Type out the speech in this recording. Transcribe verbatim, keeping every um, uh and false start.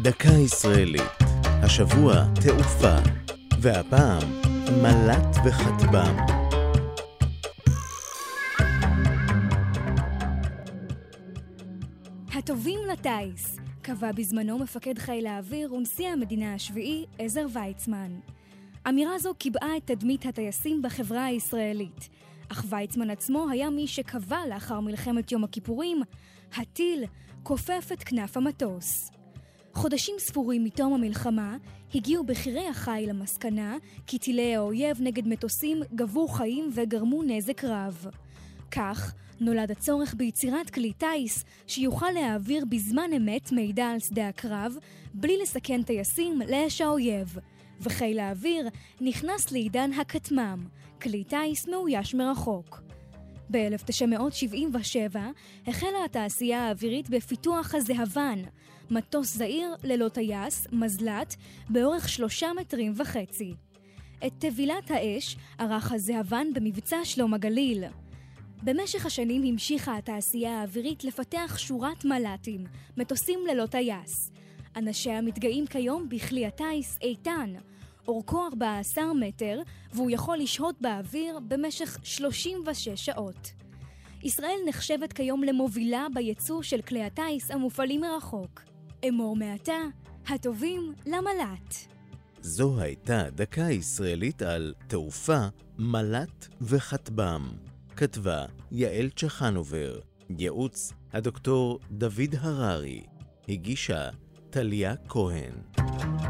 דקה ישראלית, השבוע תעופה, והפעם מל"ט וכטב"ם. הטובים לטייס, קבע בזמנו מפקד חיל האוויר ונשיא המדינה השביעי עזר ויצמן. אמירה זו קיבעה את תדמית הטייסים בחברה הישראלית, אך ויצמן עצמו היה מי שקבע לאחר מלחמת יום הכיפורים, הטיל כופף את כנף המטוס. חודשים ספורים מתום המלחמה הגיעו בכירי החיל למסקנה כי טילי האויב נגד מטוסים גבו חיים וגרמו נזק רב. כך נולד הצורך ביצירת כלי טייס שיוכל להעביר בזמן אמת מידע על שדה הקרב בלי לסכן טייסים לאש האויב, וחיל האוויר נכנס לעידן הכטמ"ם, כלי טייס מאויש מרחוק. ב-אלף תשע מאות שבעים ושבע החלה התעשייה האווירית בפיתוח הזהבן, מטוס זעיר ללא טייס, מזל"ט, באורך שלושה מטרים וחצי. את תבילת האש ערך הזהבן במבצע שלום הגליל. במשך השנים המשיכה התעשייה האווירית לפתח שורת מל"טים, מטוסים ללא טייס. אנשיה מתגאים כיום בכלי הטייס איתן, אורכו ארבעה עשר מטר, והוא יכול לשהות באוויר במשך שלושים ושש שעות. ישראל נחשבת כיום למובילה בייצוא של כלי הטייס המופעלים מרחוק. אמור מעתה, הטובים למל"ט. זו הייתה דקה ישראלית על תעופה, מל"ט וכטב"ם. כתבה יעל צ'חנובר, ייעוץ הדוקטור דוד הררי, הגישה טליה כהן.